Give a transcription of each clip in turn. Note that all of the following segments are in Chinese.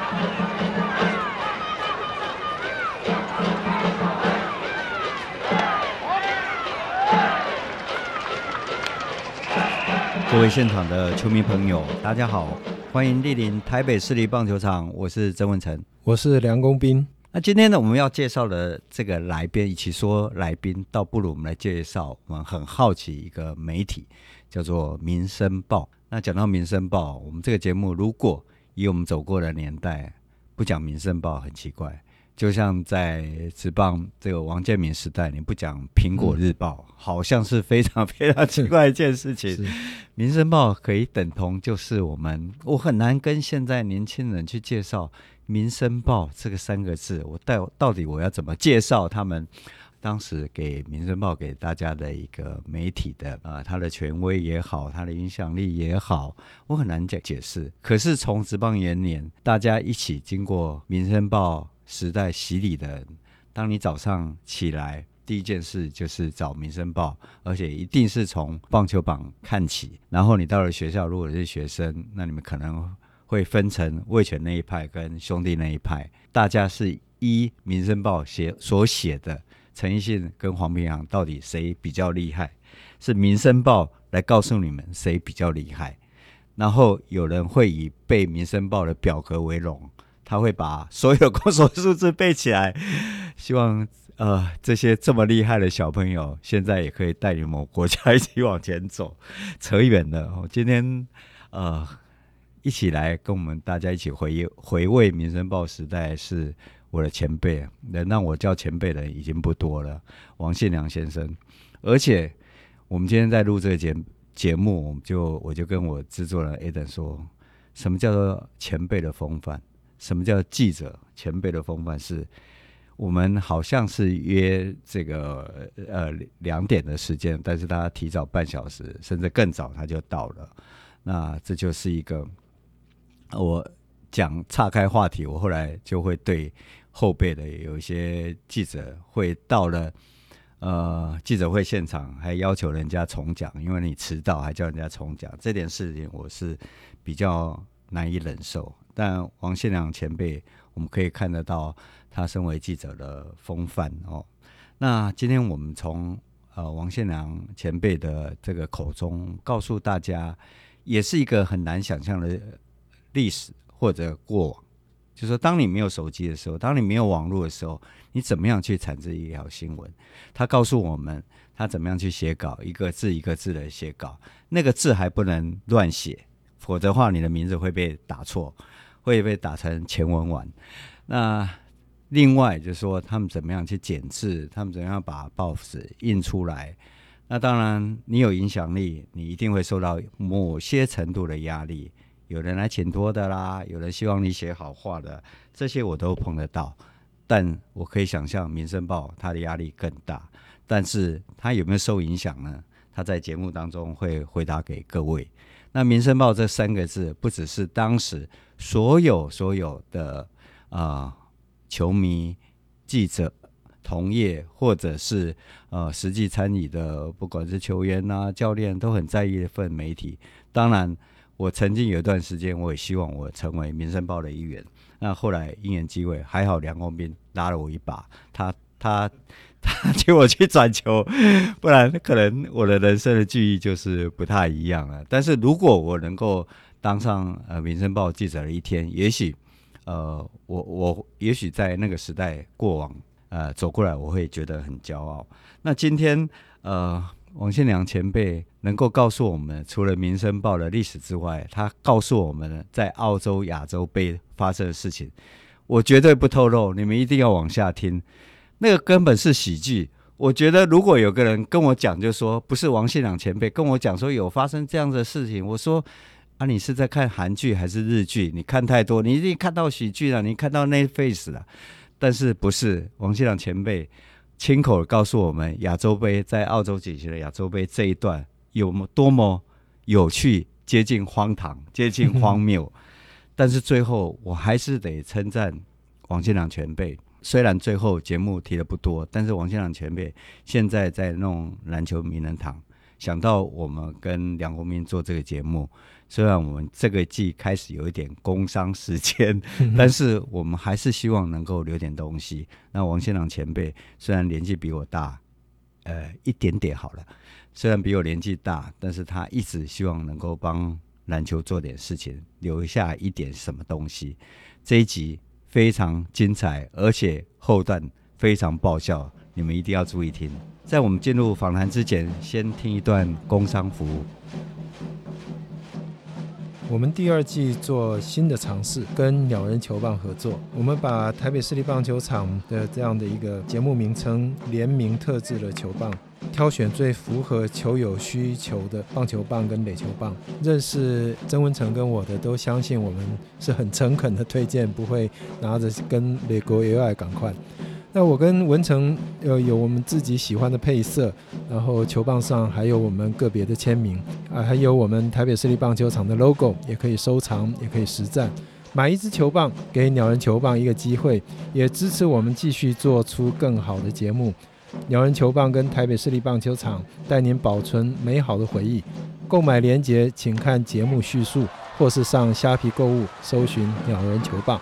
各位现场的球迷朋友，大家好，欢迎莅临台北市立棒球场，我是曾文成， 我是梁公斌。 那今天呢，我们要介绍的这个来宾，与其说来宾，倒不如我们来介绍我们很好奇一个媒体，叫做《民生报》。那讲到《民生报》，我们这个节目如果以我们走过的年代不讲《民生报》很奇怪，就像在职棒这个王建民时代，你不讲《苹果日报》好像是非常非常奇怪的一件事情。民生报可以等同就是我很难跟现在年轻人去介绍民生报这个3个字，到底我要怎么介绍他们当时给民生报给大家的一个媒体的它的权威也好，它的影响力也好，我很难解释。可是从职棒元年大家一起经过民生报时代洗礼的人，当你早上起来第一件事就是找民生报，而且一定是从棒球榜看起，然后你到了学校，如果是学生，那你们可能会分成味全那一派跟兄弟那一派，大家是依民生报所写的陈奕迅跟黄平洋到底谁比较厉害，是民生报来告诉你们谁比较厉害。然后有人会以背民生报的表格为荣，他会把所有攻守数字背起来，希望这些这么厉害的小朋友现在也可以带领我们国家一起往前走。扯远了，今天一起来跟我们大家一起回味民生报时代是我的前辈，能让我叫前辈的人已经不多了，王信良先生。而且我们今天在录这个节目，我就跟我制作人 Eden 说，什么叫做前辈的风范，什么叫记者前辈的风范，是我们好像是约这个2点的时间，但是他提早半小时甚至更早他就到了。那这就是一个我岔开话题，我后来就会对后辈的有一些记者会到了记者会现场还要求人家重讲，因为你迟到还叫人家重讲，这点事情我是比较难以忍受。但王信良前辈我们可以看得到他身为记者的风范那今天我们从王信良前辈的这个口中告诉大家，也是一个很难想象的历史或者过往，就是说当你没有手机的时候，当你没有网络的时候，你怎么样去产制一条新闻。他告诉我们他怎么样去写稿，一个字一个字的写稿，那个字还不能乱写，否则的话你的名字会被打错，会被打成前文丸。那另外就是说他们怎么样去剪字，他们怎么样把报纸印出来。那当然你有影响力，你一定会受到某些程度的压力，有人来请托的啦，有人希望你写好话的，这些我都碰得到。但我可以想象民生报它的压力更大，但是它有没有受影响呢？他在节目当中会回答给各位。那民生报这3个字不只是当时所有的球迷、记者、同业，或者是实际参与的，不管是球员教练都很在意的一份媒体。当然我曾经有一段时间我也希望我成为民生报的一员，那后来因缘机会，还好梁公斌拉了我一把，他请我去转球，不然可能我的人生的际遇就是不太一样了。但是如果我能够当上民生报记者的一天，也许我也许在那个时代过往走过来，我会觉得很骄傲。那今天王信良前辈能够告诉我们，除了民生报的历史之外，他告诉我们在澳洲亚洲杯发生的事情，我绝对不透露，你们一定要往下听，那个根本是喜剧。我觉得如果有个人跟我讲，就说不是王信良前辈跟我讲说有发生这样的事情，我说你是在看韩剧还是日剧？你看太多，你一定看到喜剧了，你看到 Netflix 了。但是不是王信良前辈亲口告诉我们，亚洲杯在澳洲举行的亚洲杯这一段有多么有趣，接近荒唐，接近荒谬。但是最后我还是得称赞王信良前辈，虽然最后节目提的不多，但是王信良前辈现在在弄篮球名人堂， 想到我们跟梁鸿斌做这个节目，虽然我们这个季开始有一点工商时间，但是我们还是希望能够留点东西。那王献良前辈虽然年纪比我大一点点好了，虽然比我年纪大，但是他一直希望能够帮篮球做点事情，留下一点什么东西。这一集非常精彩，而且后段非常爆笑，你们一定要注意听。在我们进入访谈之前，先听一段工商服务。 我们第2季做新的尝试，跟鸟人球棒合作，我们把台北市立棒球场的这样的一个节目名称联名特制了球棒，挑选最符合球友需求的棒球棒跟垒球棒。认识曾文成跟我的都相信我们是很诚恳的推荐，不会拿着跟美国野外赶快。那我跟文成有我们自己喜欢的配色，然后球棒上还有我们个别的签名还有我们台北市立棒球场的 logo， 也可以收藏，也可以实战。买一支球棒给鸟人球棒一个机会，也支持我们继续做出更好的节目。鸟人球棒跟台北市立棒球场带您保存美好的回忆。购买连结请看节目叙述，或是上虾皮购物搜寻鸟人球棒。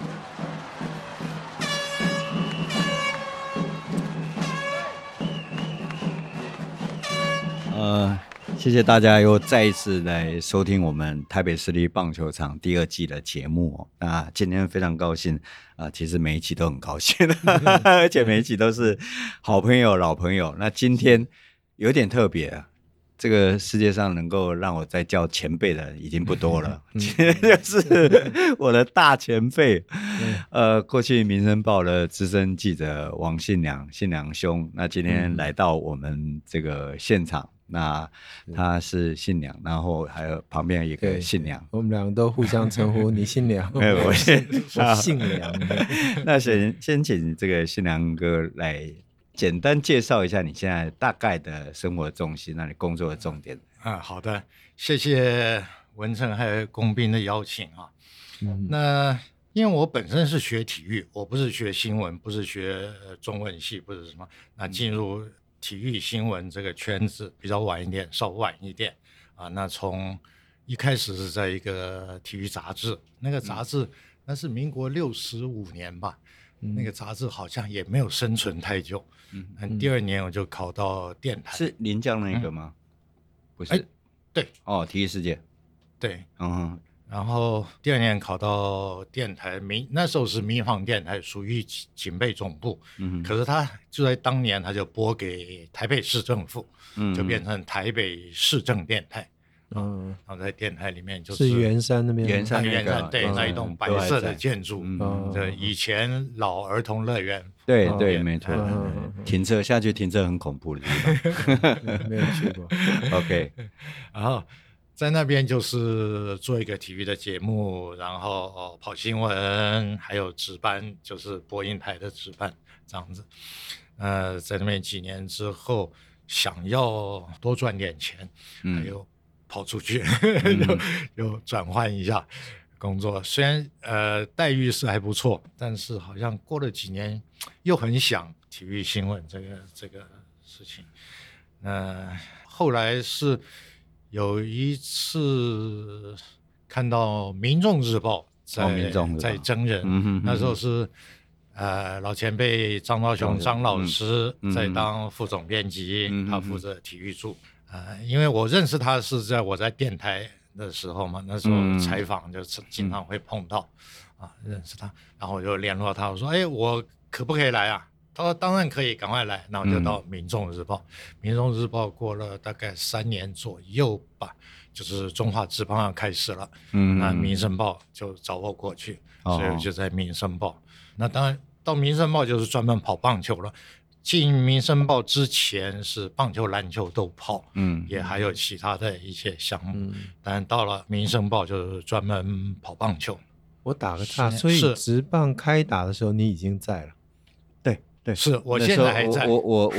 谢谢大家又再一次来收听我们台北市立棒球场第2季的节目那今天非常高兴其实每一期都很高兴而且每一期都是好朋友老朋友。那今天有点特别这个世界上能够让我再叫前辈的已经不多了今天就是我的大前辈过去民生报的资深记者王信良兄，那今天来到我们这个现场那他是信良，然后还有旁边一个信良， 我们两个都互相称呼你信良我信良那先请这个信良哥来简单介绍一下你现在大概的生活重心，那你工作的重点好的，谢谢文成还有公斌的邀请那因为我本身是学体育，我不是学新闻，不是学中文系，不是什么，那进入体育新闻这个圈子比较晚一点，稍晚一点那从一开始是在一个体育杂志，那个杂志那是民国65年吧那个杂志好像也没有生存太久第2年我就考到电台。 是临江那个吗？不是对体育世界对然后第2年考到电台，那时候是民防电台，属于警备总部可是他就在当年他就拨给台北市政府就变成台北市政电台然后在电台里面就是圆山那边圆山对那一栋白色的建筑以前老儿童乐园对没错停车下去停车很恐怖的地方没有去过 OK 然后在那边就是做一个体育的节目，然后跑新闻，还有值班，就是播音台的值班这样子在那边几年之后想要多赚点钱还有跑出去又转换一下工作，虽然待遇是还不错，但是好像过了几年又很想体育新闻这个事情后来是有一次看到《民众日报》在征人那时候是老前辈张道雄张老师在当副总编辑他负责体育组因为我认识他是我在电台的时候嘛，那时候采访就经常会碰到认识他，然后我就联络他，我说我可不可以来啊？他说当然可以，赶快来。那我就到民众日报民众日报过了大概3年左右吧，就是中华职棒要开始了那民生报就找我过去所以我就在民生报那当然到民生报就是专门跑棒球了，进民生报之前是棒球篮球都跑也还有其他的一些项目但到了民生报就是专门跑棒球。 我打个岔，所以职棒开打的时候你已经在了？ 对， 是我现在还在。 我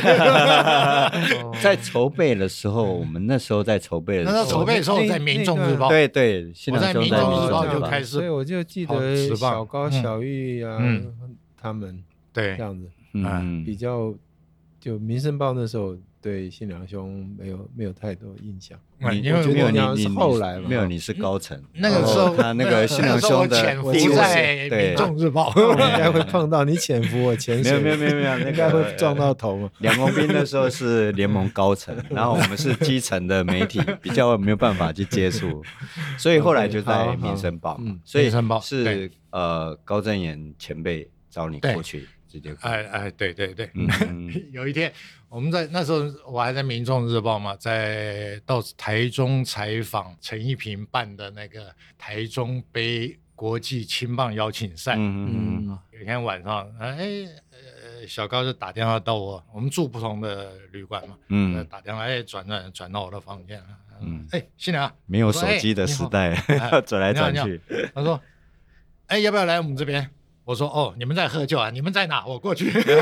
在筹备的时候，我们那时候在筹备的时候， 那筹备的时候在民众日报， 对， 我在民众日报就开始， 所以我就记得小高、小玉他们对这样子比较就民生报那时候对信良兄没有太多印象。 因为没有你是后来嘛， 没有你是高层， 那个时候他那个信良兄的潜伏地位在对民众日报， 应该会碰到你潜伏我潜水， 没有，那应该个会撞到头嘛。 梁公斌那时候是联盟高层，然后我们是基层的媒体，比较没有办法去接触，所以后来就在《民生报》所以民生报是高正言前辈找你过去直接过去。 对，有一天我们在那时候我还在民众日报嘛，到台中采访陈一平办的那个台中杯国际青棒邀请赛。有一天晚上，小高就打电话到我们住不同的旅馆嘛，打电话转到我的房间，新良， 没有手机的时代，转来转去。 他说，要不要来我们这边？我说你们在喝酒啊？你们在哪？我过去。他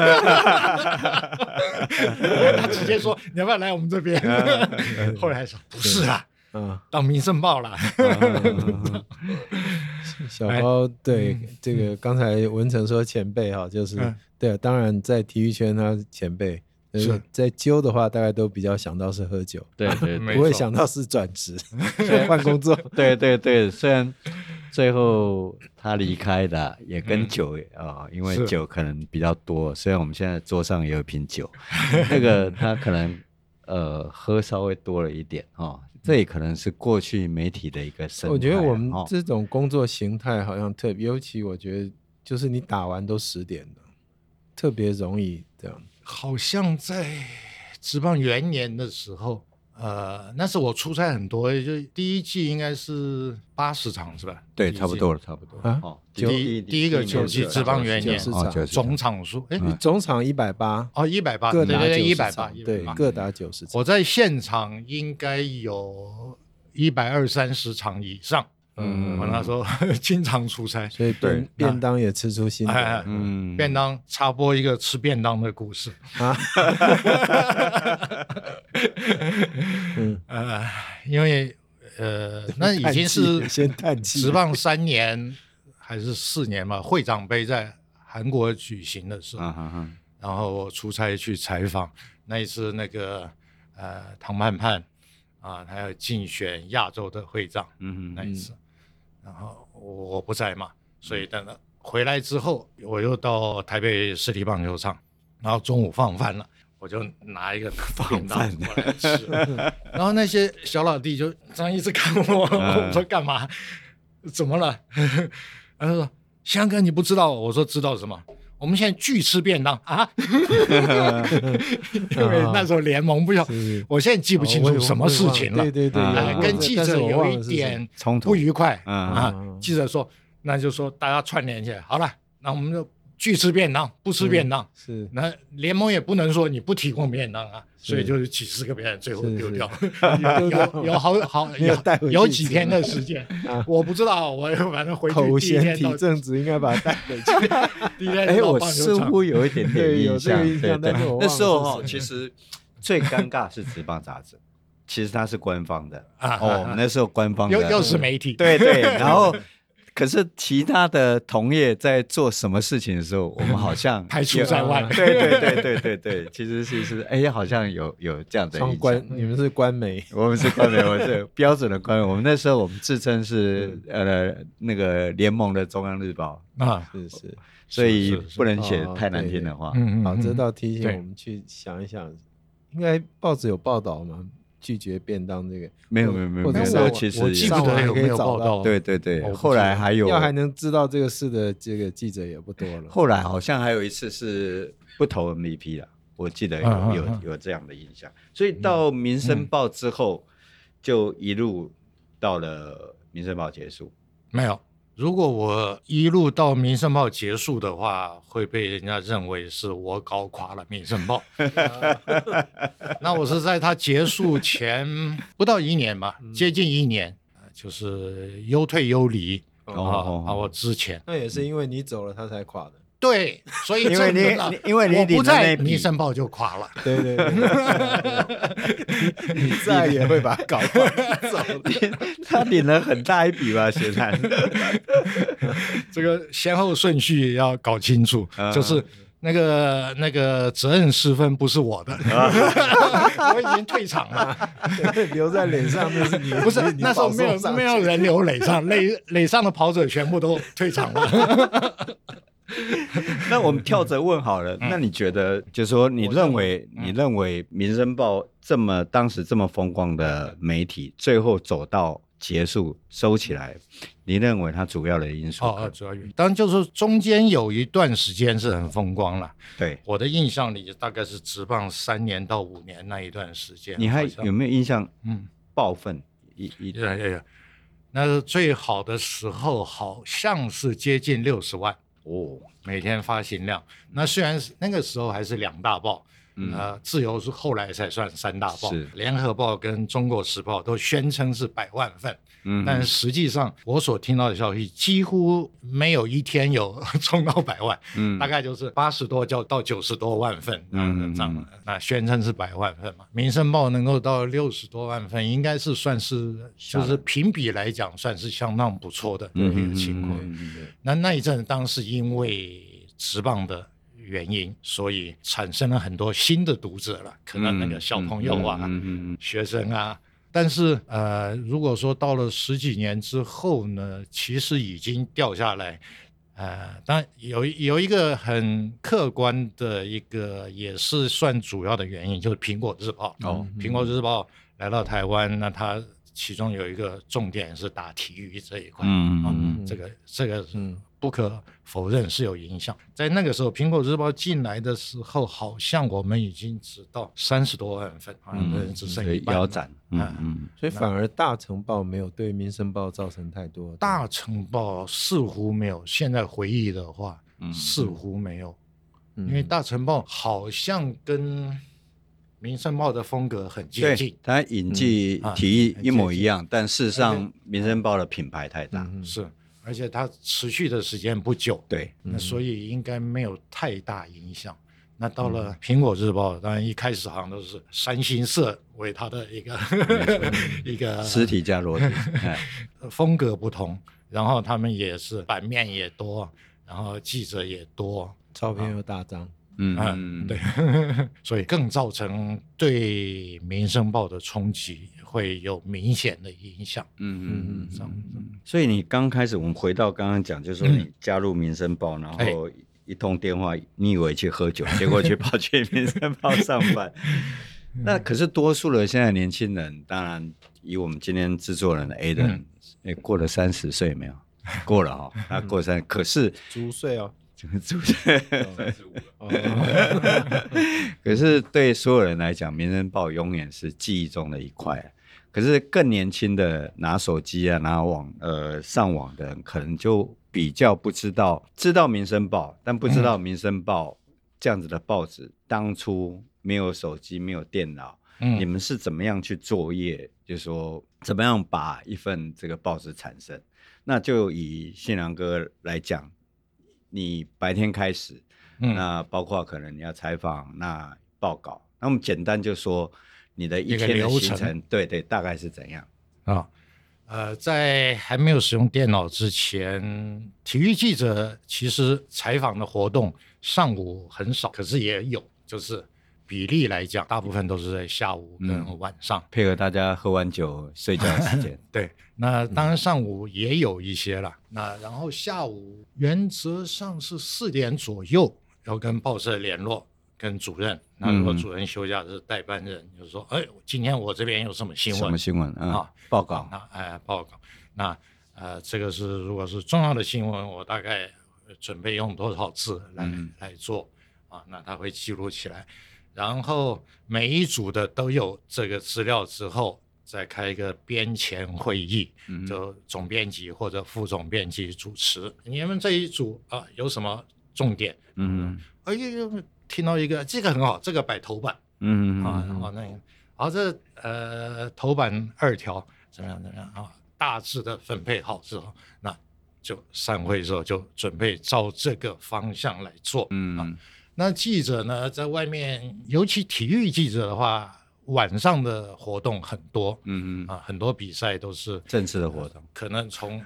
直接说你要不要来我们这边？后来说不是啦，到民生报了。 小高对这个刚才文成说前辈哈，就是对，当然在体育圈他是前辈。在揪的话，大概都比较想到是喝酒， 对， 不会想到是转职换工作。 对，虽然最后他离开的也跟酒因为酒可能比较多，虽然我们现在桌上也有一瓶酒，那个他可能喝稍微多了一点这也可能是过去媒体的一个生态。 我觉得我们这种工作形态好像特别，尤其我觉得就是你打完都10点的，特别容易这样。 好像在职棒元年的时候，那是我出差很多，就第一季应该是80场是吧？ 对，差不多啊。 第一个球季职棒元年总场数， 总场180 180， 各打 180， 对，各打90场。 我在现场应该有120-130场以上。我那时候经常出差， 所以便当也吃出心得。 便当插播一个吃便当的故事啊。因为那已经是职棒3年还是4年嘛，会长杯在韩国举行的时候，然后我出差去采访，那一次那个唐盼盼他要竞选亚洲的会长，那一次。然后我不在嘛，所以等了回来之后，我又到台北市立棒球场，然后中午放饭了，我就拿一个便当过来吃，然后那些小老弟就这样一直看我，我说干嘛？怎么了？他说香哥你不知道？我说知道什么？我们现在拒吃便当啊！因为那时候联盟不晓，我现在记不清楚什么事情了。 对， 跟记者有一点不愉快记者说，那就说大家串联起来，好了，那我们就拒吃便当，不吃便当。 是， 那联盟也不能说你不提供便当啊，所以就是几十个便当最后丢掉。有几天的时间，我不知道，我反正回去口第一天嫌体正直，应该把它带回去。 第一天我似乎有一点点印象。 对， 那时候其实最尴尬是职棒杂志，其实它是官方的那时候官方的又是媒体， 对，然后。可是其他的同业在做什么事情的时候，我们好像排除在外。 对，其实是好像有这样的印象。 你们是官媒， 我们是官媒，我们是标准的官媒。我们那时候我们自称是那个联盟的中央日报是， 所以不能写太难听的话。 好，这倒提醒我们去想一想，应该报纸有报道吗？拒绝便当这个没有，其实我记不得有没有报道。 对，后来还能知道这个事的这个记者也不多了。 后来好像还有一次是不投 MVP 了，我记得有这样的印象。所以到民生报之后，就一路到了民生报结束。 没有。如果我一路到民生报结束的话，会被人家认为是我搞垮了民生报。那我是在它结束前不到1年吧，接近1年，就是优退优离我之前。 那也是因为你走了，它才垮的。 对，所以因为你我不在民生报就垮了。 对，你在也会把它搞垮。 他领了很大一笔吧，显然。 这个先后顺序要搞清楚，就是那个责任失分不是我的，我已经退场了。 留在垒上那是你， 不是你那时候保送上去没有人留垒上，垒上的跑者全部都退场了。 那我们跳着问好了，那你觉得，就是说，你认为《民生报》当时这么风光的媒体，最后走到结束收起来，你认为它主要的因素？ 主要原因当然就是中间有一段时间是很风光了。 对， 我的印象里大概是职棒3年到5年那一段时间。 你还有没有印象？报份有。那最好的时候好像是接近60万哦，每天发行量。那虽然那个时候还是2大报。自由是后来才算3大报，联合报跟中国时报都宣称是100万份，但实际上我所听到的消息几乎没有一天有冲到100万，大概就是80多到90多万份，这样那宣称是100万份嘛。民生报能够到60多万份，应该是算是就是评比来讲算是相当不错的一个情况。那一阵当时因为职棒的原因，所以产生了很多新的读者了，可能那个小朋友啊、学生啊。但是如果说到了10几年之后呢，其实已经掉下来。当然有一个很客观的一个也是算主要的原因，就是苹果日报。苹果日报来到台湾，那它其中有一个重点是打体育这一块。这个不可否认是有影响。在那个时候，苹果日报进来的时候，好像我们已经只到30多万份，好像只剩一半腰斩。 所以反而大成报没有对民生报造成太多。 大成报似乎没有，现在回忆的话，似乎没有，因为大成报好像跟民生报的风格很接近， 它引进体育一模一样，但事实上民生报的品牌太大， 是。而且它持续的时间不久， 对， 那所以应该没有太大影响。那到了苹果日报，当然一开始好像都是三星社为它的一个实体加裸体， 风格不同，然后他们也是版面也多，然后记者也多， 照片又大张。 对，所以更造成对民生报的冲击会有明显的影响。 所以你刚开始，我们回到刚刚讲，就是说你加入民生报，然后一通电话，你以为去喝酒，结果跑去民生报上班。那可是多数的现在年轻人，当然以我们今天制作人的 Aden，过了30岁没有？过了哈，他过30，可是足岁哦。 可是对所有人来讲，民生报永远是记忆中的一块。可是更年轻的拿手机啊、拿上网的人，可能就比较不知道民生报，但不知道民生报这样子的报纸当初没有手机、没有电脑，你们是怎么样去作业？就是说怎么样把一份这个报纸产生？那就以信良哥来讲。你白天开始，那包括可能你要采访、那报告，那我们简单就说你的一天的行程，对，大概是怎样在还没有使用电脑之前，体育记者其实采访的活动上午很少，可是也有，就是比例来讲，大部分都是在下午跟晚上， 配合大家喝完酒睡觉的时间。 对。那当然上午也有一些了，那然后下午原则上是4点左右要跟报社联络，跟主任。那如果主任休假是代班人，就是说，今天我这边有什么新闻？ 什么新闻报告。 报告。那这个是如果是重要的新闻，我大概准备用多少字来做那他会记录起来，然后每一组的都有这个资料之后。再开一个编前会议，就总编辑或者副总编辑主持。你们这一组有什么重点？听到一个这个很好，这个摆头版，这头版2条怎么样大致的分配好之后，那就散会之后就准备照这个方向来做。那记者呢，在外面，尤其体育记者的话。 晚上的活动很多，很多比赛都是正式的活动， 可能从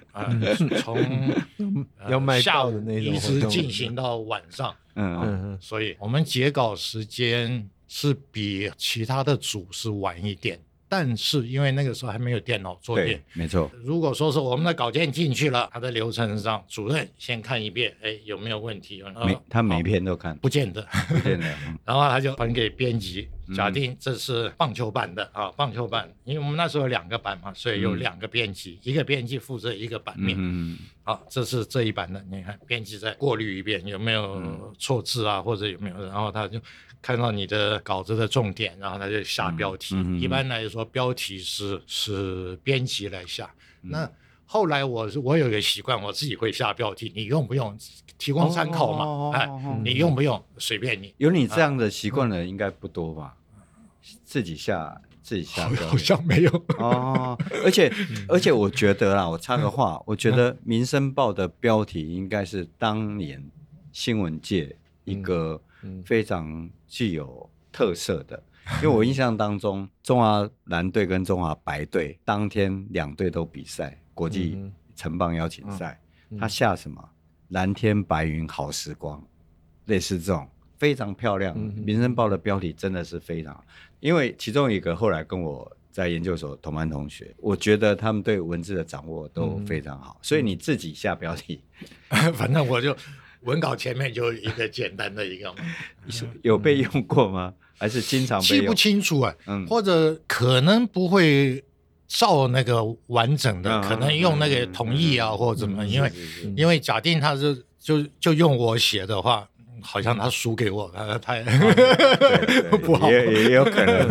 要卖下午报的那种一直活动进行到晚上，所以我们截稿时间是比其他的组是晚一点。但是因为那个时候还没有电脑作业， 对，没错。 如果说是我们的稿件进去了，他的流程上主任先看一遍，有没有问题？ 他每一篇都看， 不见得， 不见得。 然后他就传给编辑，假定这是棒球版的棒球版，因为我们那时候有2个版嘛，所以有2个编辑，一个编辑负责一个版面。好，这是这一版的，你看编辑再过滤一遍，有没有错字啊，或者有没有，然后他就看到你的稿子的重点，然后他就下标题。一般来说，标题是编辑来下。那后来我有一个习惯，我自己会下标题，你用不用提供参考嘛？你用不用随便你。 有你这样的习惯的人应该不多吧？自己下标题好像没有哦。而且我觉得啦，我插个话，我觉得《民生报》的标题应该是当年新闻界一个非常具有特色的，因为我印象当中，中华蓝队跟中华白队当天2队都比赛国际城棒邀请赛，他下什么蓝天白云好时光，类似这种非常漂亮。民生报的标题真的是非常好，因为其中一个后来跟我在研究所同班同学，我觉得他们对文字的掌握都非常好，所以你自己下标题， 反正我就文稿前面就一个简单的一个嘛。 有被用过吗？还是经常被用？ 记不清楚或者可能不会照那个完整的，可能用那个同意啊或者怎么，因为假定他就用我写的话，好像他输给我，他不好， 也有可能。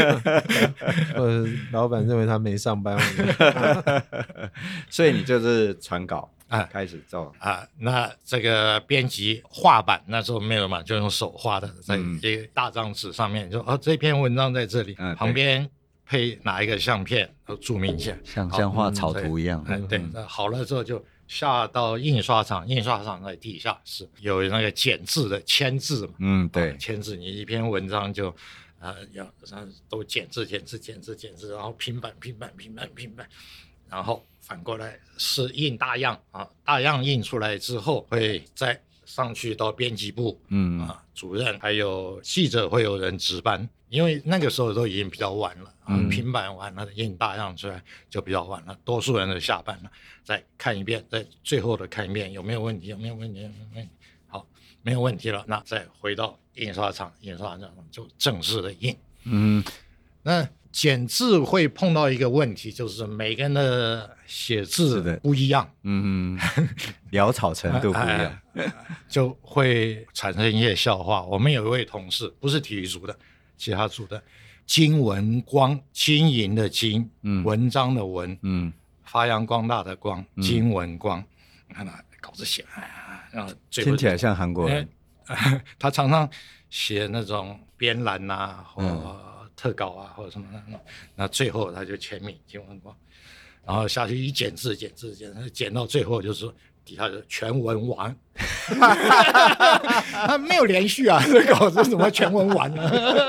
老板认为他没上班， 所以你就是传稿开始照那这个编辑画板那时候没有嘛，就用手画的，在一个大张纸上面，就这篇文章在这里，旁边配哪一个相片都注明一下， 像画草图一样。 对，好了之后就下到印刷厂，印刷厂在地下室有那个剪字的签字嘛， 对， 签字你一篇文章就都剪字，然后平板，然后反过来是印大样大样印出来之后会再上去到编辑部，主任还有记者会有人值班，因为那个时候都已经比较晚了平板完了印大样出来就比较晚了，多数人都下班了，再看一遍，再最后的看一遍有没有问题，好，没有问题了，那再回到印刷厂就正式的印。那剪字会碰到一个问题，就是每个人的写字不一样， 潦草程度不一样， 就会产生一些笑话。我们有一位同事，不是体育组的，其他组的，金文光，金银的金，文章的文，发扬光大的光，金文光。看他稿子写，然后听起来像韩国人。 他常常写那种编栏或特稿或者什么的，那最后他就签名金文光，然后下去一剪字，剪到最后就是底下就全文完，他没有连续这稿子怎么全文完呢？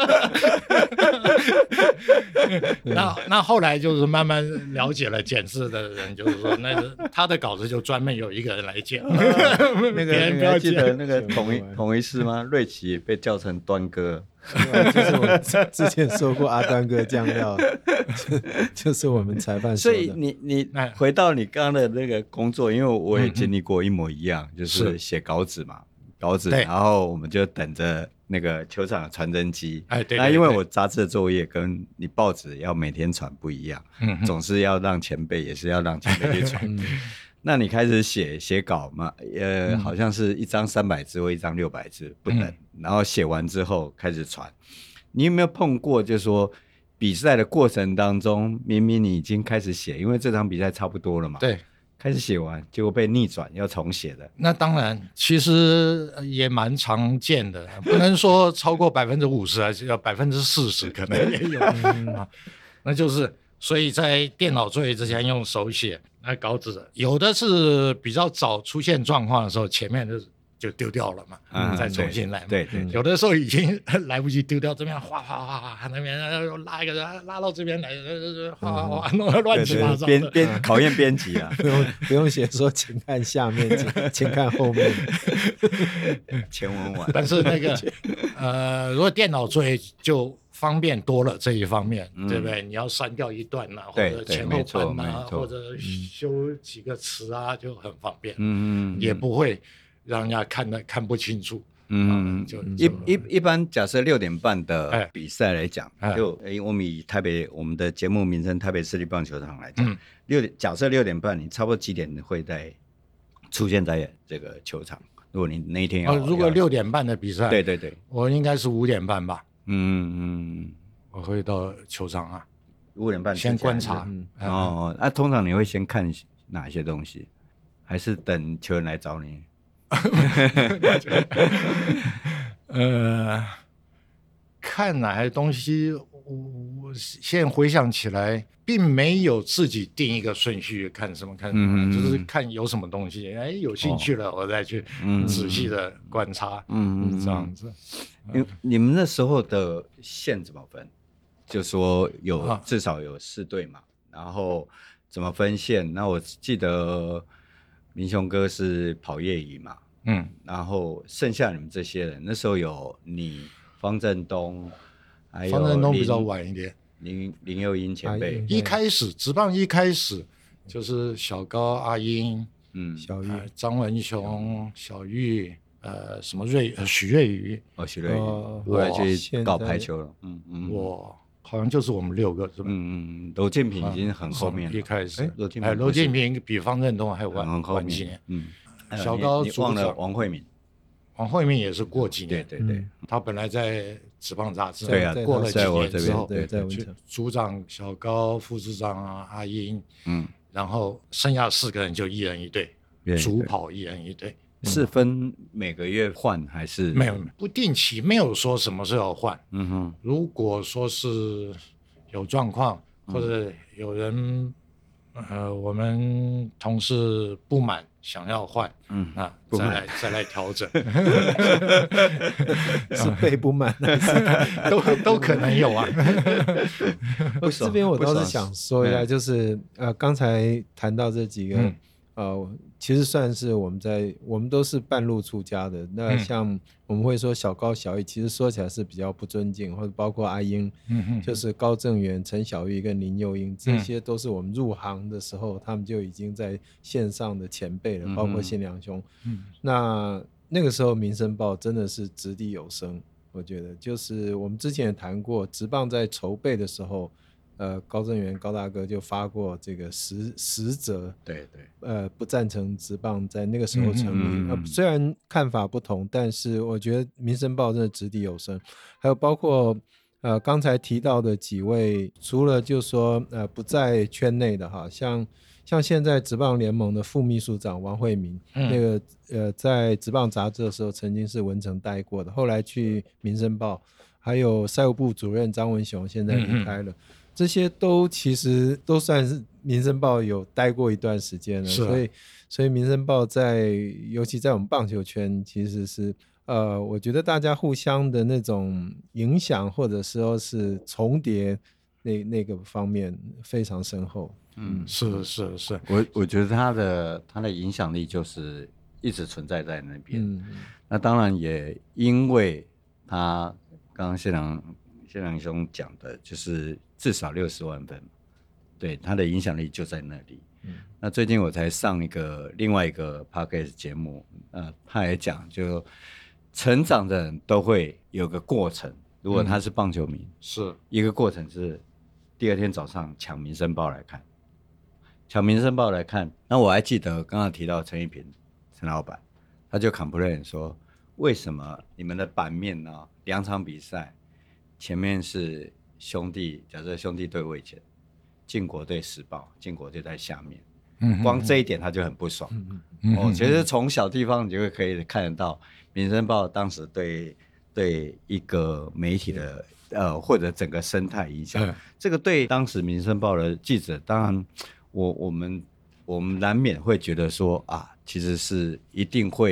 那后来就是慢慢了解了剪字的人，就是说他的稿子就专门有一个人来剪， 那个还记得那个同一事吗？瑞奇被叫成端哥。 就是我之前说过阿端哥酱料，就是我们裁判说的。 所以你回到你刚刚的那个工作，因为我也经历过一模一样，就是写稿子嘛，然后我们就等着那个球场的传真机。 对， 那因为我杂志的作业跟你报纸要每天传不一样，总是要让前辈，也是要让前辈去传。那你开始写稿嘛？好像是一张300字或一张600字不等，然后写完之后开始传。你有没有碰过，就是说比赛的过程当中，明明你已经开始写，因为这场比赛差不多了嘛， 对， 开始写完，结果被逆转要重写的？ 那当然，其实也蛮常见的，不能说超过50%，还是要40%，可能也有。那就是。所以在电脑作业之前用手写，那稿子有的是比较早出现状况的时候，前面就丢掉了嘛，再重新来嘛。 对对， 有的时候已经来不及丢掉，这边哗哗哗哗，那边拉一个人拉到这边来，哗哗哗弄得乱七八糟的。 编考验编辑啊， 不用写说请看下面，请看后面， 前文完。 但是那个如果电脑做就方便多了这一方面，对不对？你要删掉一段啊，或者前后pan啊，或者修几个词啊，就很方便。也不会让人家看不清楚。 一般假设6点半的比赛来讲，我们以我们的节目名称台北市立棒球场来讲，假设6点半，你差不多几点会出现在这个球场？如果你那一天如果6点半的比赛， 对， 我应该是5点半吧。 我会到球场啊 ，5点半先观察。 那通常你会先看哪些东西，还是等球员来找你？ 看哪些东西，我现在回想起来，并没有自己定一个顺序看什么，就是看有什么东西，有兴趣了，我再去仔细的观察，这样子。 你们那时候的线怎么分？就说至少有4队嘛，然后怎么分线？那我记得明雄哥是跑业余嘛，然后剩下你们这些人，那时候有你方振东，还有方振东比较晚一点， 林佑英前辈。 一开始职棒一开始就是小高、阿英， 小玉、 张文雄、小玉，什么许瑞宇， 许瑞宇，后来去搞排球了， 我好像就是我们6个，是吧？ 娄建平已经很后面了， 一开始， 娄建平比方振东还晚几年，小高你忘了王惠敏也是过几年， 对， 他本来在职棒杂志， 对啊， 过了几年之后， 在组长小高，副组长阿英，然后剩下4个人就1人1队，主跑1人1队。 是分每个月换还是没有不定期，没有说什么时候换。如果说是有状况，或者有人我们同事不满想要换，再来调整。 是被不满的， 都可能有啊。 这边我倒是想说一下，就是刚才谈到这几个。其实算是我们都是半路出家的。那像我们会说小高小玉，其实说起来是比较不尊敬，或者包括阿英，就是高正元、陈小玉跟林佑英，这些都是我们入行的时候，他们就已经在线上的前辈了，包括新良兄。那个时候民生报真的是掷地有声，我觉得就是我们之前也谈过，职棒在筹备的时候。高正元高大哥就发过这个实则， 对， 不赞成职棒在那个时候成立。虽然看法不同，但是我觉得民生报真的掷地有声。还有包括刚才提到的几位，除了就说不在圈内的哈，像现在职棒联盟的副秘书长王惠民，那个在职棒杂志的时候曾经是文成待过的，后来去民生报，还有赛务部主任张文雄现在离开了。这些其实都算是民生报有待过一段时间了，所以民生报尤其在我们棒球圈，其实是我觉得大家互相的那种影响或者说是重叠那个方面非常深厚。 是， 我觉得他的影响力就是一直存在在那边。那当然也因为他刚刚谢良兄讲的，就是至少60万分，对，他的影响力就在那里。那最近我才上另外一个 podcast 节目，他也讲，就成长的人都会有个过程。如果他是棒球迷， 是一个过程是第2天早上抢民生报来看，那我还记得刚刚提到陈一平陈老板，他就 complain 说，为什么你们的版面呢，2场比赛前面是假设兄弟队位前，晋国队时报，晋国队在下面，光这一点他就很不爽。其实从小地方你就可以看得到，民生报当时对一个媒体的或者整个生态影响，这个对当时民生报的记者，当然我们难免会觉得说其实是一定会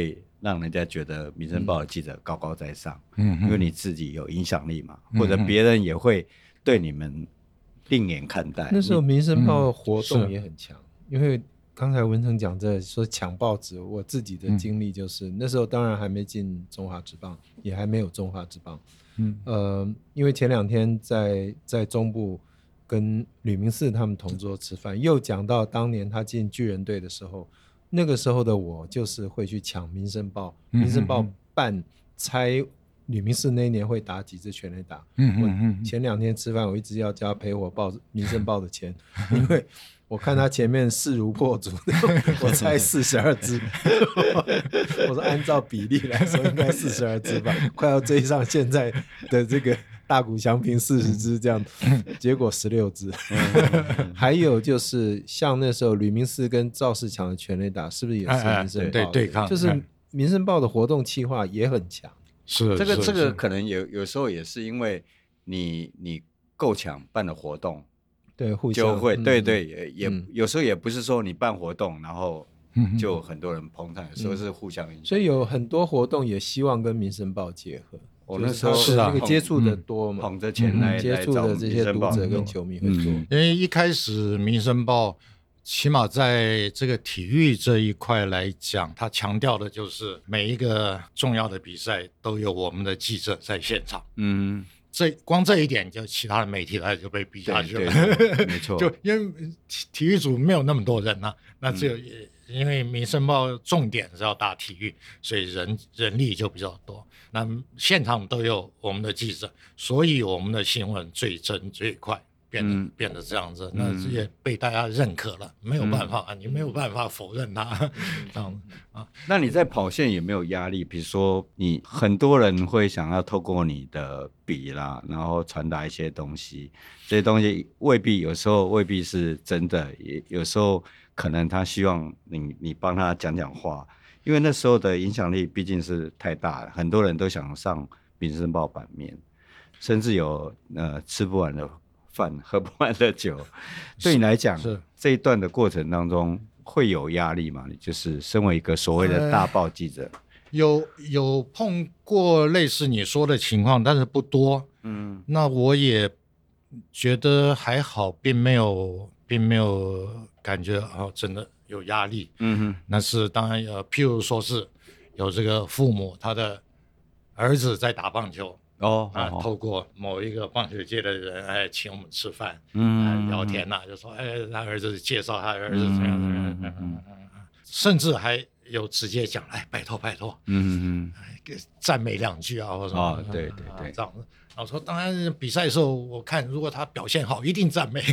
让人家觉得《民生报》的记者高高在上， 嗯， 因为你自己有影响力嘛，或者别人也会对你们另眼看待。 那时候《民生报》活动是也很强，因为刚才文成讲这说抢报纸，我自己的经历就是，那时候当然还没进中华职棒，也还没有中华职棒。因为前2天在中部跟吕明四他们同桌吃饭，又讲到当年他进巨人队的时候，那个时候的我就是会去抢《民生报》，《民生报》办猜吕明四那一年会打几支全垒打。我前2天吃饭，我一直要叫他赔我报《民生报》的钱，因为我看他前面势如破竹，我猜42支，我说按照比例来说应该42支吧，快要追上现在的这个大谷翔平40支这样，结果16支。还有就是像那时候吕明四跟赵世强的全垒打，是不是也是民生报？ 对抗， 就是民生报的活动企划也很强。 是这个可能有时候也是因为你够强，办的活动。 对，互相就会也有时候也不是说你办活动然后就很多人捧场，有时候是互相影响， 所以有很多活动也希望跟民生报结合。 我那时候是那个接触的多嘛， 捧着钱来接触的这些读者跟球迷会多。 因为一开始民生报起码在这个体育这一块来讲，他强调的就是每一个重要的比赛都有我们的记者在现场。光这一点，就其他的媒体就被逼下去了。 对没错， 就因为体育组没有那么多人啊，那只有因为民生报重点是要打体育，所以人力就比较多。那现场都有我们的记者，所以我们的新闻最真最快。变得这样子，那也被大家认可了，没有办法，你没有办法否认它。这样啊， 那你在跑线有没有压力？比如说，你很多人会想要透过你的笔啦，然后传达一些东西，这些东西有时候未必是真的，也有时候可能他希望你帮他讲讲话，因为那时候的影响力毕竟是太大了，很多人都想上《民生报》版面，甚至有吃不完的饭喝不完的酒。对你来讲，这一段的过程当中会有压力吗？你就是身为一个所谓的大报记者， 有碰过类似你说的情况，但是不多。那我也觉得还好，并没有感觉真的有压力。那是当然譬如说是有这个父母他的儿子在打棒球。透过某一个棒球界的人请我们吃饭，聊天就说他儿子介绍他儿子怎样，甚至还有直接讲拜托，赞美2句啊，或者什么对这样子。然后说当然比赛的时候，我看如果他表现好，一定赞美。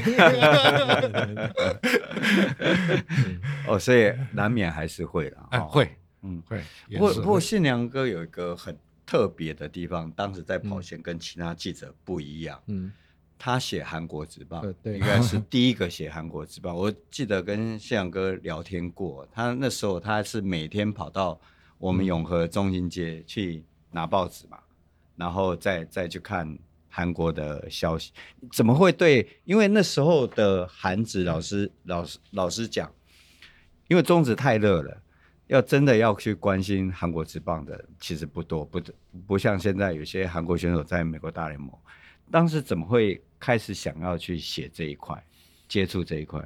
所以难免还是会啦， 会， 不过信良哥有一个很特别的地方，当时在跑线跟其他记者不一样。他写韩国职棒，应该是第一个写韩国职棒。我记得跟信良哥聊天过，他那时候他是每天跑到我们永和中心街去拿报纸嘛，然后再去看韩国的消息。怎么会因为那时候的韩职老师讲，因为中职太热了。真的要去关心韩国职棒的其实不多，不像现在有些韩国选手在美国大联盟。当时怎么会开始想要去写这一块，接触这一块？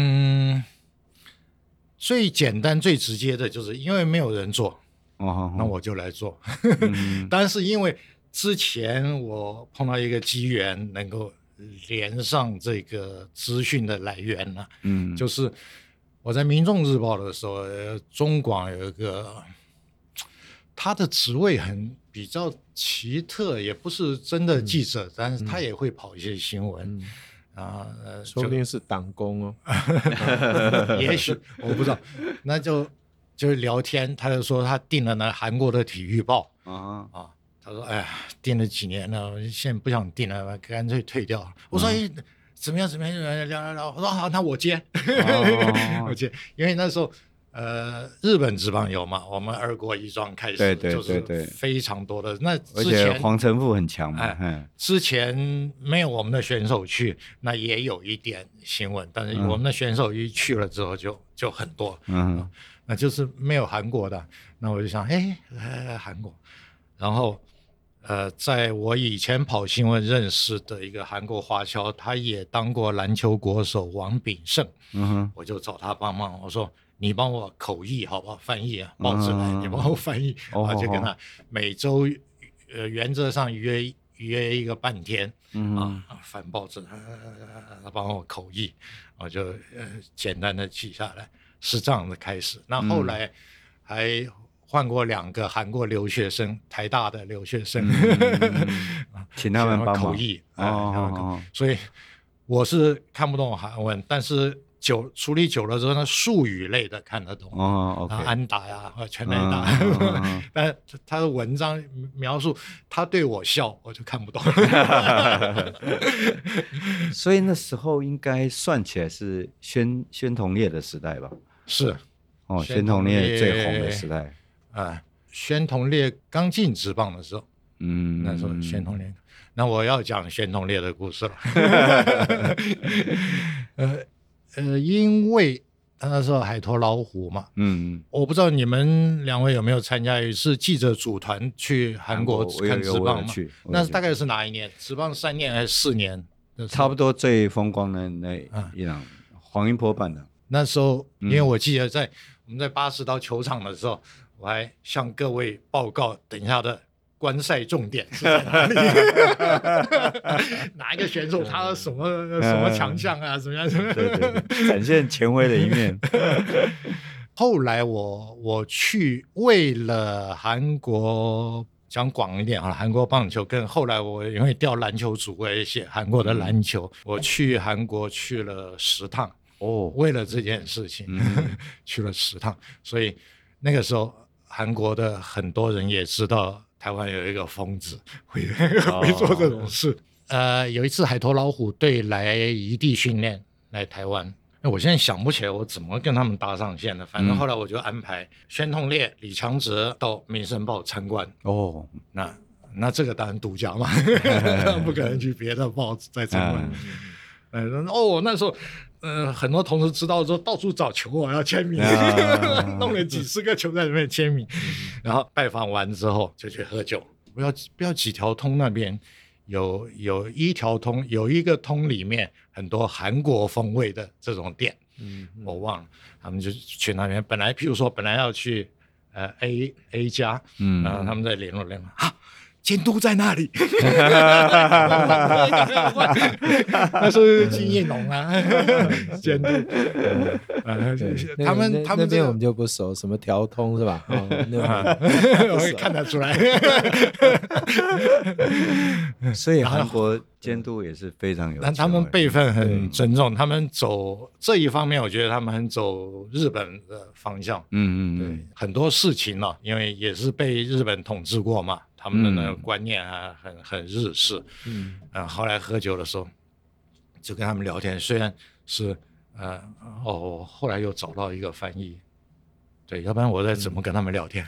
最简单最直接的就是因为没有人做，那我就来做。但是因为之前我碰到一个机缘，能够连上这个资讯的来源了，就是我在民众日报的时候，中广有一个他的职位比较奇特，也不是真的记者，但是他也会跑一些新闻。 说不定是党工哦。 也许我不知道。那就聊天，他就说他订了韩国的体育报他说订了几年了，现在不想订了，干脆退掉。我说怎么样聊，我说好，那我接。我接，因为那时候日本职棒有嘛，我们2国1庄开始，就是非常多的。那之前而且黄承富很强嘛， 之前没有我们的选手去，那也有一点新闻，但是我们的选手一去了之后就很多。 那就是没有韩国的。那我就想，韩国。然后在我以前跑新闻认识的一个韩国华侨，他也当过篮球国手王炳胜，我就找他帮忙，我说你帮我口译好不好？翻译报纸来，你帮我翻译，我就跟他每周原则上约一个半天翻报纸，他帮我口译，我就简单的记下来，是这样的开始。那后来还换过2个韩国留学生，台大的留学生， 请他们帮忙口译所以我是看不懂韩文，但是处理久了之后呢，术语类的看得懂 ，OK， 安打呀，全垒打，但他的文章描述他对我笑，我就看不懂。 所以那时候应该算起来是宣统烈的时代吧？ 是宣统烈最红的时代。 宣统烈刚进职棒的时候，那时候宣统烈，那我要讲宣统烈的故事了。因为那时候海豚老虎嘛，我不知道你们2位有没有参加一次记者组团去韩国看职棒嘛？那大概是哪一年？职棒3年还是4年？ 差不多最风光的那一场，黄英波办的。 那时候，因为我记得我们在巴士到球场的时候，我还向各位报告等一下的观赛重点是在哪里？哪一个选手他的什么强项啊？怎么样？ 对，展现权威的一面。 后来我去为了韩国，讲广一点啊，韩国棒球跟后来我因为调篮球组，我也写韩国的篮球，我去韩国去了10趟。为了这件事情，去了10趟，所以那个时候韩国的很多人也知道台湾有一个疯子会做这种事。有一次海豚老虎队来移地训练来台湾，我现在想不起来我怎么跟他们搭上线的，反正后来我就安排宣统烈、李强哲到《民生报》参观。那这个当然独家嘛，不可能去别的报纸再参观。那时候很多同事知道之后到处找球我要签名，弄了几10个球在里面签名。然后拜访完之后就去喝酒，不要几条通那边有一条通，有一个通里面很多韩国风味的这种店，我忘了，他们就去那边。譬如说本来要去A 家，然后他们在联络监督在那里？那是金义农啊，监督。他们那边我们就不熟，什么调通是吧？ 我会看得出来。 所以韩国监督也是非常有， 但他们辈分很尊重，他们走这一方面，我觉得他们很走日本的方向。对，很多事情呢，因为也是被日本统治过嘛。他们的那个观念很日式，后来喝酒的时候就跟他们聊天，虽然是后来又找到一个翻译，对，要不然我再怎么跟他们聊天？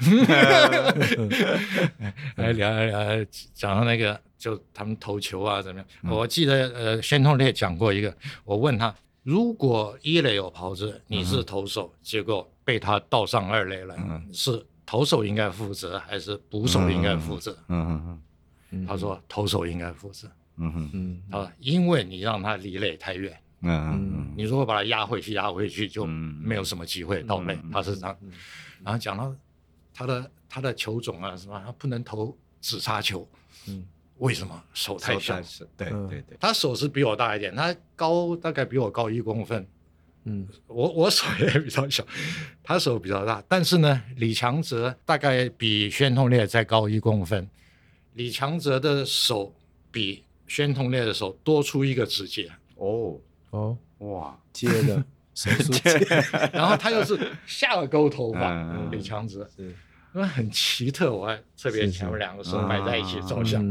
聊讲到那个就他们投球啊怎么样？我记得宣统烈讲过一个，我问他，如果1垒有跑者，你是投手，结果被他倒上2垒了，是投手应该负责还是捕手应该负责？他说投手应该负责。因为你让他离垒太远，你如果把他压回去就没有什么机会到垒。他是这样。然后讲到他的球种啊什么，他不能投直插球。为什么？手太小。 对， 他手是比我大一点，他大概比我高1公分。我手也比较小，他手比较大，但是呢，李强哲大概比宣统烈再高1公分，李强哲的手比宣统烈的手多出1个指节。 哇， 接的手术接， 然后他又是下钩头发，李强哲因为很奇特，我还特别他们2个手摆在一起照相。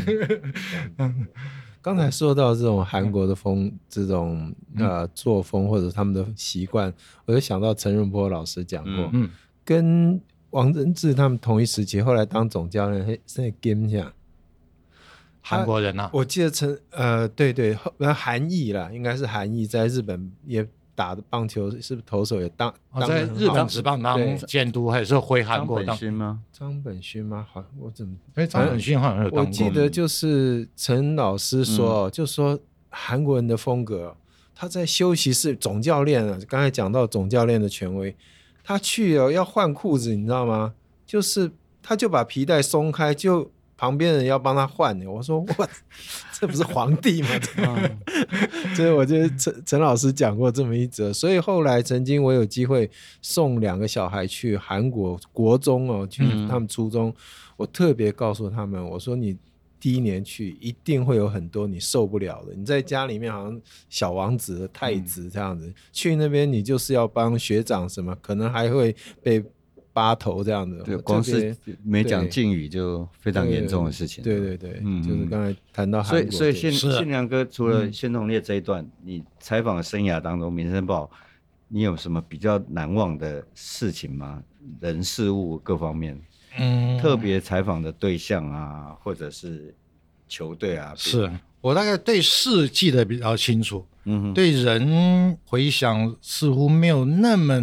刚才说到这种韩国的这种作风或者他们的习惯，我就想到陈润波老师讲过，跟王贞治他们同一时期，后来当总教练，是跟下韩国人啊， 我记得对，韩裔啦，应该是韩裔，在日本也打的棒球是不是投手也当在日本职棒当监督，还是回韩国当？ 张本勋吗？ 张本勋吗？好，我怎么？ 张本勋好像有当过。 我记得就是陈老师说，就说韩国人的风格，他在休息室总教练啊，刚才讲到总教练的权威，他去要换裤子，你知道吗？就是他就把皮带松开，就旁边人要帮他换。我说哇，这不是皇帝吗？所以我觉得陈老师讲过这么一则，所以后来曾经我有机会送2个小孩去韩国国中去他们初中，我特别告诉他们，我说你第一年去一定会有很多你受不了的，你在家里面好像小王子太子这样子，去那边你就是要帮学长什么，可能还会被扒头这样的。 对，光是没讲敬语就非常严重的事情。 对，就是刚才谈到韩国， 所以宪良哥除了宪统烈这一段，你采访的生涯当中，《民生报》你有什么比较难忘的事情吗？人事物各方面，特别采访的对象啊，或者是球队啊。 是我大概对事记得比较清楚，对人回想似乎没有那么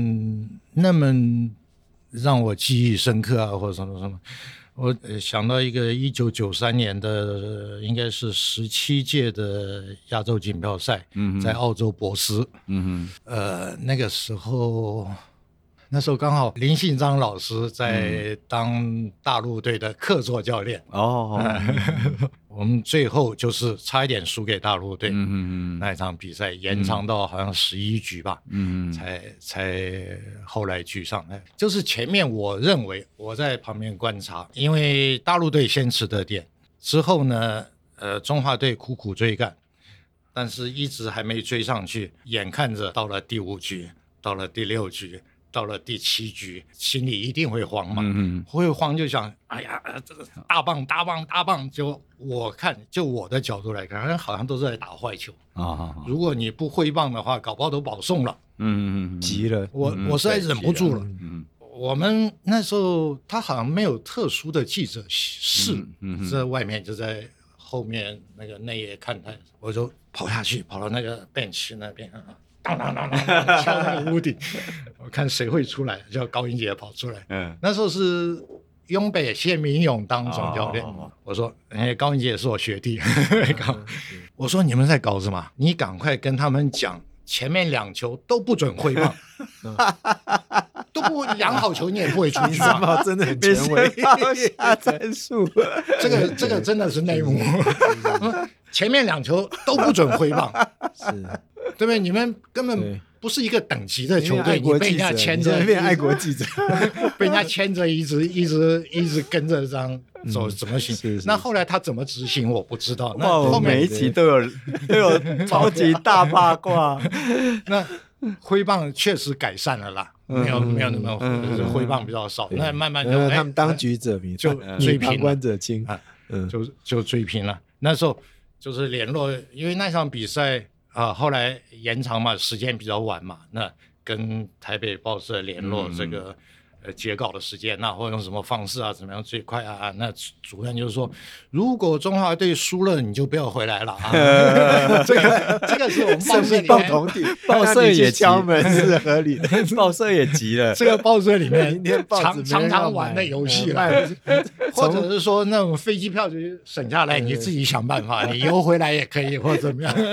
让我记忆深刻啊，或者什么。我想到一个1993年的，应该是17届的亚洲锦标赛，在澳洲博斯，那个时候刚好林信章老师在当大陆队的客座教练，我们最后就是差一点输给大陆队，那一场比赛延长到好像11局吧，才后来居上。就是前面我认为我在旁边观察，因为大陆队先吃得点，之后呢，中华队苦苦追赶，但是一直还没追上去，眼看着到了第5局，到了第6局。到了第7局，心里一定会慌嘛，会慌就想，哎呀，这个大棒，就我看，就我的角度来看，好像都是在打坏球啊。如果你不挥棒的话，搞不好都保送了。 急了， 我实在忍不住了。我们那时候他好像没有特殊的记者室，在外面就在后面那个内野看台，我就跑下去，跑到那个 bench 那边。当敲那个屋顶，我看谁会出来，叫高英杰跑出来。那时候是永北谢明勇当总教练，我说，高英杰也是我学弟，我说你们在搞什么？你赶快跟他们讲，前面2球都不准挥棒，都不量好球，你也不会出去啊！ 真的很前卫，下战术， 这个真的是内幕。前面2球都不准挥棒， 是。 对不对？你们根本不是一个等级的球队，你被人家牵着， 变爱国记者， 被人家牵着一直跟着这样走，怎么行？那后来他怎么执行，我不知道。那后面每一集都有超级大八卦。 那挥棒确实改善了啦，没有那么挥棒比较少。那慢慢就他们当局者迷， 就追平， 旁观者清， 就追平了。那时候就是联络，因为那场比赛。后来延长嘛，时间比较晚嘛，那跟台北报社联络这个截稿的时间，那或用什么方式啊，怎么样最快啊？那主任就是说，如果中华队输了，你就不要回来了啊。这个是我们报社里面， 报社也敲门是合理的， 报社也急了。 这个报社里面常玩的游戏了，或者是说那种飞机票就省下来，你自己想办法，你邮回来也可以，或者怎么样。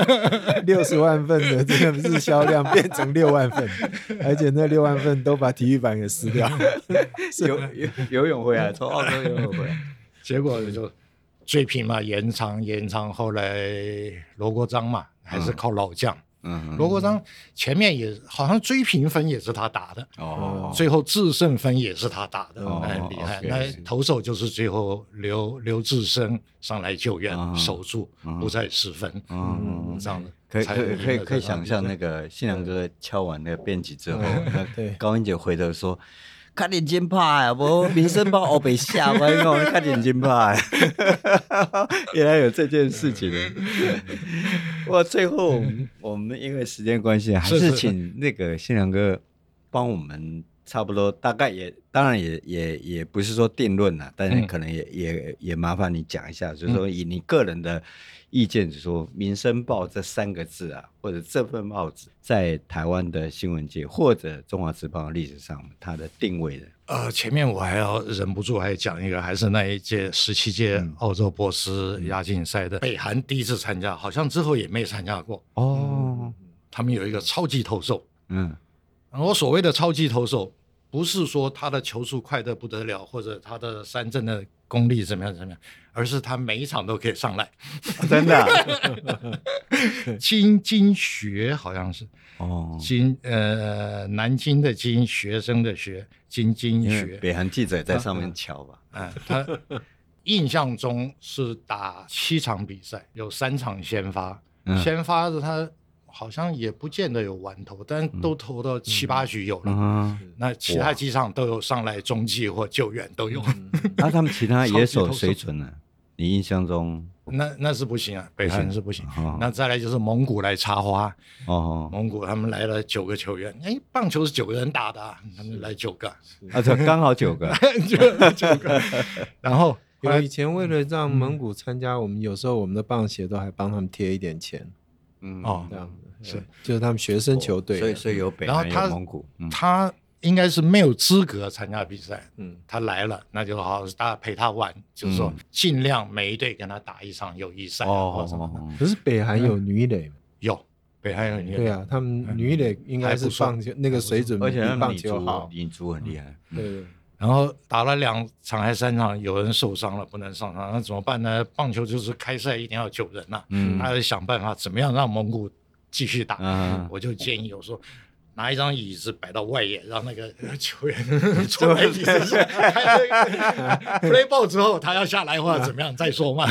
60万份的这个日销量变成6万份，而且那6万份都把体育版给撕掉。 游泳回来，从澳洲游泳回来， 结果就追平嘛，延长，后来罗国璋嘛，还是靠老将。罗国璋前面也好像追平分也是他打的，最后制胜分也是他打的，很厉害。那投手就是最后刘志升上来救援，守住，不再失分，这样的。 可以想象那个信良哥敲完那个辩辑之后，那高英姐回头说：“看点金牌啊，不民生报欧北下，我跟你看点金牌。”原来有这件事情的。哇，最后我们因为时间关系，还是请那个信良哥帮我们差不多，大概也当然也不是说定论啦，但是可能也麻烦你讲一下，就是说以你个人的意见，就是说《民生报》这3个字啊，或者这份报纸在台湾的新闻界或者中华时报的历史上，它的定位的。 前面我还要忍不住还讲一个，还是那一届17届澳洲波斯亚锦赛的北韩第一次参加，好像之后也没参加过。他们有一个超级投手。我所谓的超级投手，不是说他的球速快得不得了，或者他的三振的功力怎么样，而是他每一场都可以上来。 真的、啊？ 金学好像是南京的金，学生的学，金学。 北韩记者也在上面瞧吧。 他印象中是打7场比赛，有3场先发，先发的他好像也不见得有完投，但都投到7、8局有了。那其他几场都有上来中继或救援都有。 那他们其他野手水准呢？你印象中？ 那是不行啊，北韩是不行。那再来就是蒙古来插花。蒙古他们来了9个球员，棒球是9个人打的，他们来9个。 这刚好9个。 9个。然后以前为了让蒙古参加，我们有时候我们的棒协都还帮他们贴一点钱。这样是就是他们学生球队。 所以有北韩有蒙古。 他应该是没有资格参加比赛。他来了，那就好大家陪他玩，就是说尽量每一队跟他打一场友谊赛或什么。 可是北韩有女垒有北韩有女垒。 对啊，他们女垒应该是棒球那个水准比棒球好， 女足很厉害。 对。 然后打了2场还3场，有人受伤了不能上场，那怎么办呢？棒球就是开赛一定要救人啊。他要想办法怎么样让蒙古继续打。我就建议我说，拿一张椅子摆到外野，让那个球员坐在椅子上，play ball 之后他要下来或者怎么样再说嘛。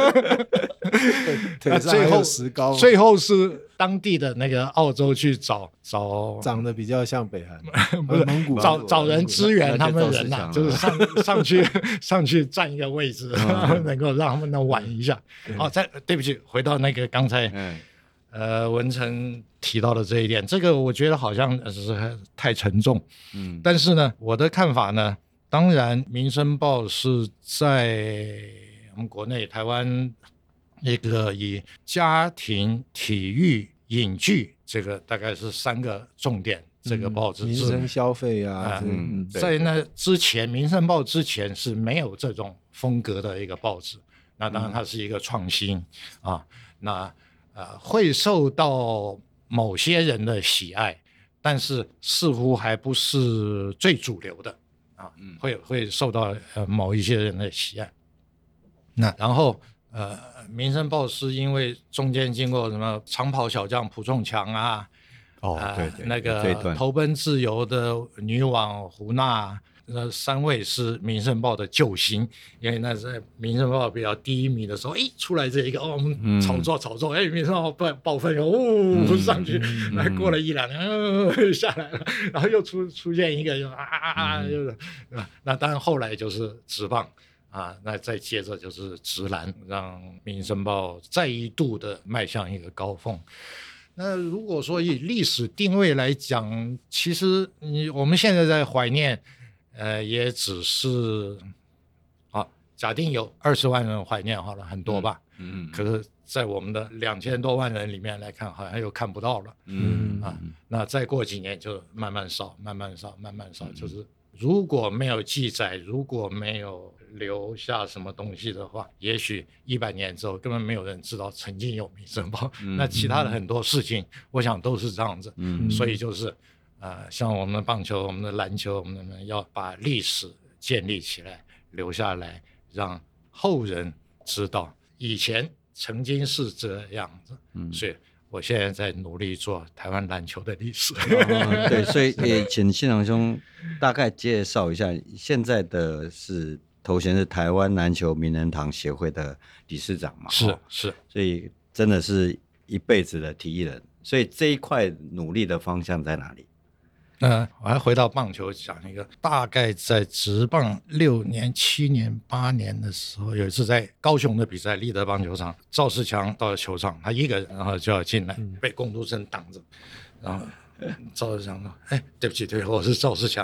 那最后是当地的那个澳洲去找长得比较像北韩， 不是蒙古找人支援他们人呐，就是上去占一个位置，能够让他们能玩一下。对不起，回到那个刚才文成提到的这一点，这个我觉得好像是太沉重。但是呢，我的看法呢，当然《民生报》是在我们国内台湾一个以家庭、体育、影剧这个大概是3个重点。这个报纸民生消费啊， 在那之前，《民生报》之前是没有这种风格的一个报纸。那当然它是一个创新啊，那会受到某些人的喜爱，但是似乎还不是最主流的啊，会受到某一些人的喜爱。那然后民生报是因为中间经过什么长跑小将蒲仲强啊， 对， 那个投奔自由的女网胡娜，那3位是民生报的救星，因为那在民生报比较低迷的时候，出来这一个我们炒作，民生报报份上去，过了1-2年下来了，然后又出现一个那当然后来就是职棒啊，那再接着就是职篮，让民生报再一度的迈向一个高峰。那如果说以历史定位来讲，其实我们现在在怀念也只是假定有20万人怀念好了，很多吧。可是在我们的2000多万人里面来看，好像又看不到了。那再过几年就慢慢少，就是如果没有记载，如果没有留下什么东西的话，也许100年之后根本没有人知道曾经有民生报。那其他的很多事情我想都是这样子。所以就是像我们的棒球，我们的篮球，我们要把历史建立起来，留下来，让后人知道以前曾经是这样子。所以我现在在努力做台湾篮球的历史。 对，所以也请信长兄大概介绍一下，现在的头衔是台湾篮球名人堂协会的理事长嘛？ 是， 所以真的是一辈子的体育人。所以这一块努力的方向在哪里？ 我还回到棒球讲一个，大概在职棒6年、7年、8年的时候，有一次在高雄的比赛，立德棒球场，赵世强到了球场，他一个人然后就要进来，被工读生挡着，然后赵世强说：“对不起，我是赵世强。”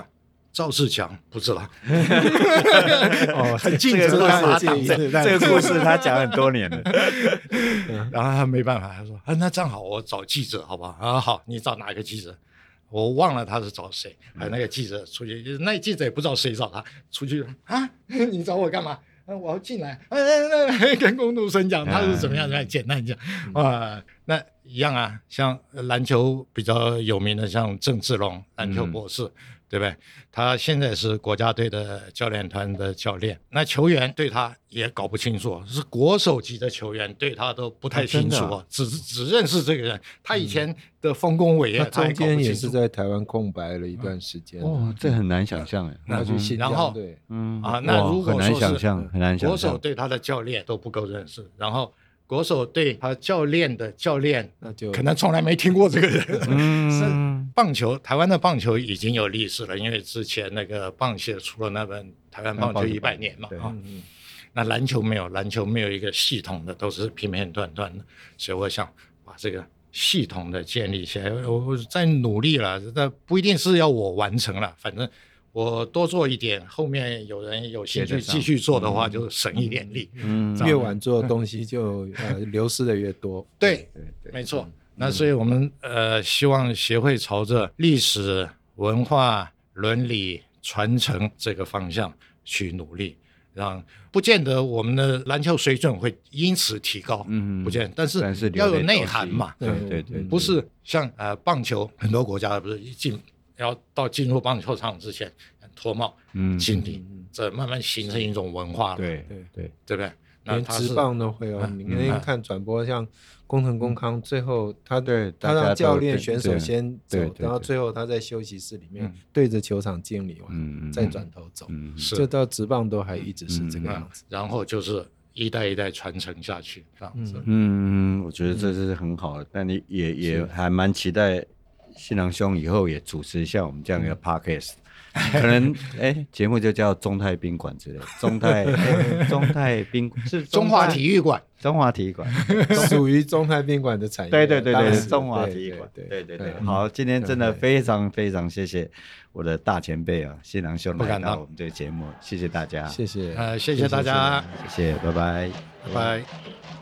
赵世强不知道， 哦， 很尽这个职的把他这挡在。 这个故事他讲很多年了。 然后他没办法，他说那正好我找记者好不好？好，你找哪个记者？我忘了他是找谁，还有那个记者出去，那记者也不知道谁找他出去啊，你找我干嘛？我要进来，跟工读生讲他是怎么样，简单讲那一样啊，像篮球比较有名的，像郑志龙篮球博士，对不对？他现在是国家队的教练团的教练，那球员对他也搞不清楚，是国手级的球员对他都不太清楚，只认识这个人，他以前的丰功伟业， 他中间也是在台湾空白了一段时间。 哦，这很难想象哎。 他去新疆队， 那如果很难想象，很难想象， 国手对他的教练都不够认识，然后国手对他教练的教练， 那就可能从来没听过这个人。棒球，台湾的棒球已经有历史了，因为之前那个棒协出了那本《台湾棒球100年》嘛，那篮球没有，篮球没有一个系统的，都是片片段段的，所以我想把这个系统的建立起来，我在努力了，那不一定是要我完成了，反正我多做一点，后面有人有兴趣继续做的话，就省一点力。 越晚做的东西就流失的越多。 对，没错。那所以我们希望协会朝着历史文化伦理传承这个方向去努力，让不见得我们的篮球水准会因此提高，不见得，但是要有内涵嘛， 对， 不是像棒球，很多国家不是要进入棒球场之前脱帽敬礼，这慢慢形成一种文化了， 对不对？ 连职棒都会哦，你那天看转播，像工藤公康，最后他让教练选手先走，然后最后他在休息室里面对着球场敬礼完，再转头走，这到职棒都还一直是这个样子。 然后就是一代一代传承下去，这样子。 我觉得这是很好的，但你也还蛮期待新郎兄以后也主持像我们这样一个 podcast。可能节目就叫中泰宾馆之类，中泰宾是中华体育馆， 属于中泰宾馆的产业。 对，中华体育馆，对。好，今天真的非常非常谢谢我的大前辈啊，新郎兄来到我们这个节目，谢谢大家， 谢谢， 谢谢大家， 谢谢，拜拜， 拜拜。